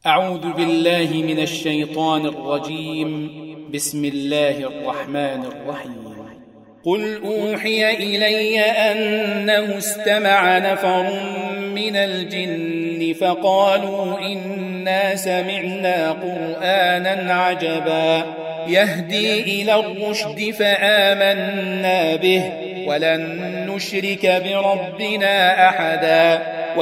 أعوذ بالله من الشيطان الرجيم. بسم الله الرحمن الرحيم. قل أوحي إلي أنه استمع نفر من الجن فقالوا إنا سمعنا قرآنا عجبا يهدي إلى الرشد فآمنا به ولن نشرك بربنا أحدا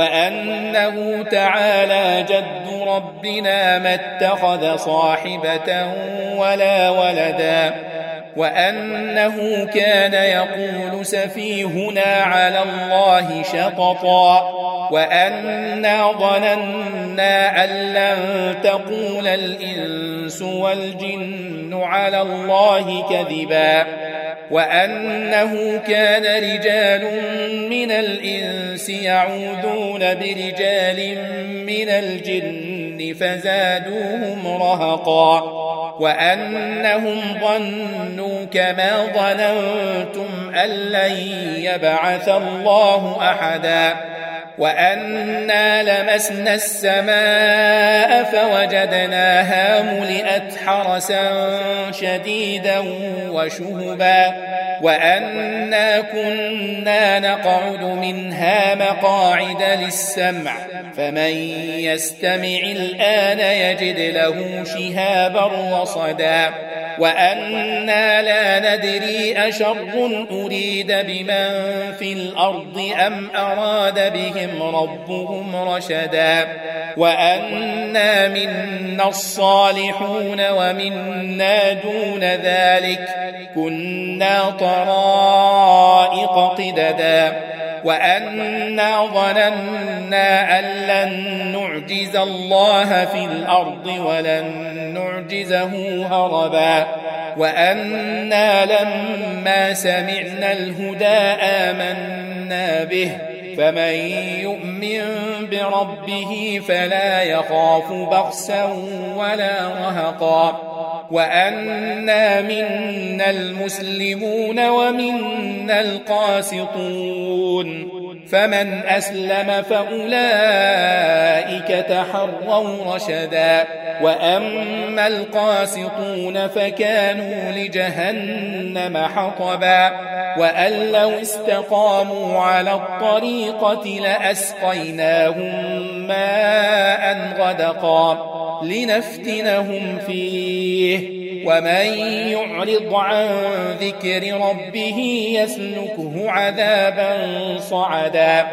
وأنه تعالى جد ربنا ما اتخذ صاحبة ولا ولدا وأنه كان يقول سفيهنا على الله شططا وأنا ظننا أن لن تقول الإنس والجن على الله كذبا وأنه كان رجال من الإنس يعوذون برجال من الجن فزادوهم رهقا وأنهم ظنوا كما ظننتم أن لن يبعث الله أحدا وأنا لمسنا السماء فوجدناها ملئت حرسا شديدا وشهبا وأنا كنا نقعد منها مقاعد للسمع فمن يستمع الآن يجد له شهابا رصدا وأنا لا ندري أشر أريد بمن في الأرض أم أراد بهم ربهم رشدا وأنا منا الصالحون ومنا دون ذلك كنا طرائق قددا وأنا ظننا أن لن نعجز الله في الأرض ولن نعجزه هربا وأنا لما سمعنا الهدى آمنا به فمن يؤمن بربه فلا يخاف بخسا ولا رهقا وأنا منا المسلمون ومنا القاسطون فمن أسلم فأولئك تحروا رشدا وأما القاسطون فكانوا لجهنم حطبا وأن لو استقاموا على الطريقة لأسقيناهم ماء غدقا لنفتنهم فيه ومن يعرض عن ذكر ربه يسلكه عذابا صعدا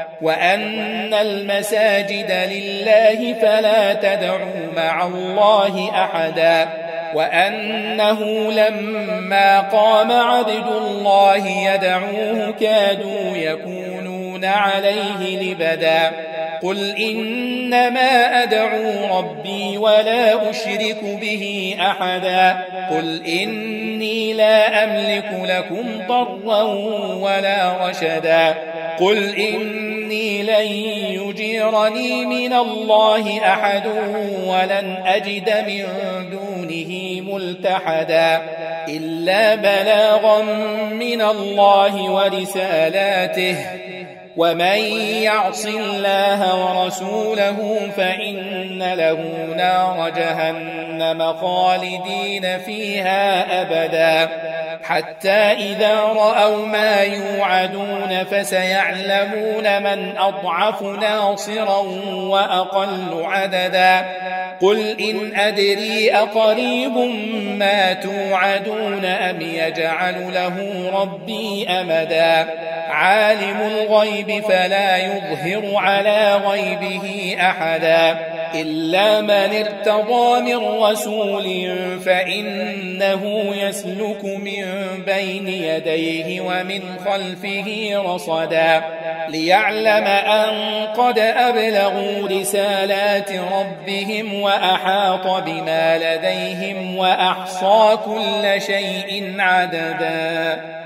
وأن المساجد لله فلا تدعوا مع الله أحدا وأنه لما قام عبد الله يدعوه كادوا يكونون عليه لبدا قل إنما أدعو ربي ولا أشرك به أحدا قل إني لا أملك لكم ضرا ولا رشدا قل إني لن يجيرني من الله أحد ولن أجد من دونه ملتحدا إلا بلاغا من الله ورسالاته ومن يعص الله ورسوله فإن له نار جهنم خالدين فيها أبدا حتى إذا رأوا ما يوعدون فسيعلمون من أضعف ناصرا وأقل عددا قل إن أدري أقريب ما توعدون أم يجعل له ربي أمدا عالم الغيب فلا يظهر على غيبه أحدا إلا من ارتضى من رسول فإنه يسلك من بين يديه ومن خلفه رصدا ليعلم أن قد أبلغوا رسالات ربهم وأحاط بما لديهم وأحصى كل شيء عددا.